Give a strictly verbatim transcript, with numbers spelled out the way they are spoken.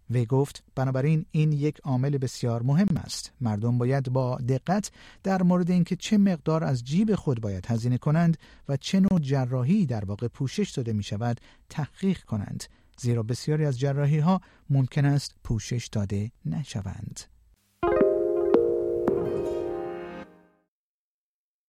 وی گفت بنابراین این یک عامل بسیار مهم است. مردم باید با دقت در مورد اینکه چه مقدار از جیب خود باید هزینه کنند و چه نوع جراحی در واقع پوشش داده می شود تحقیق کنند، زیرا بسیاری از جراحی ها ممکن است پوشش داده نشوند.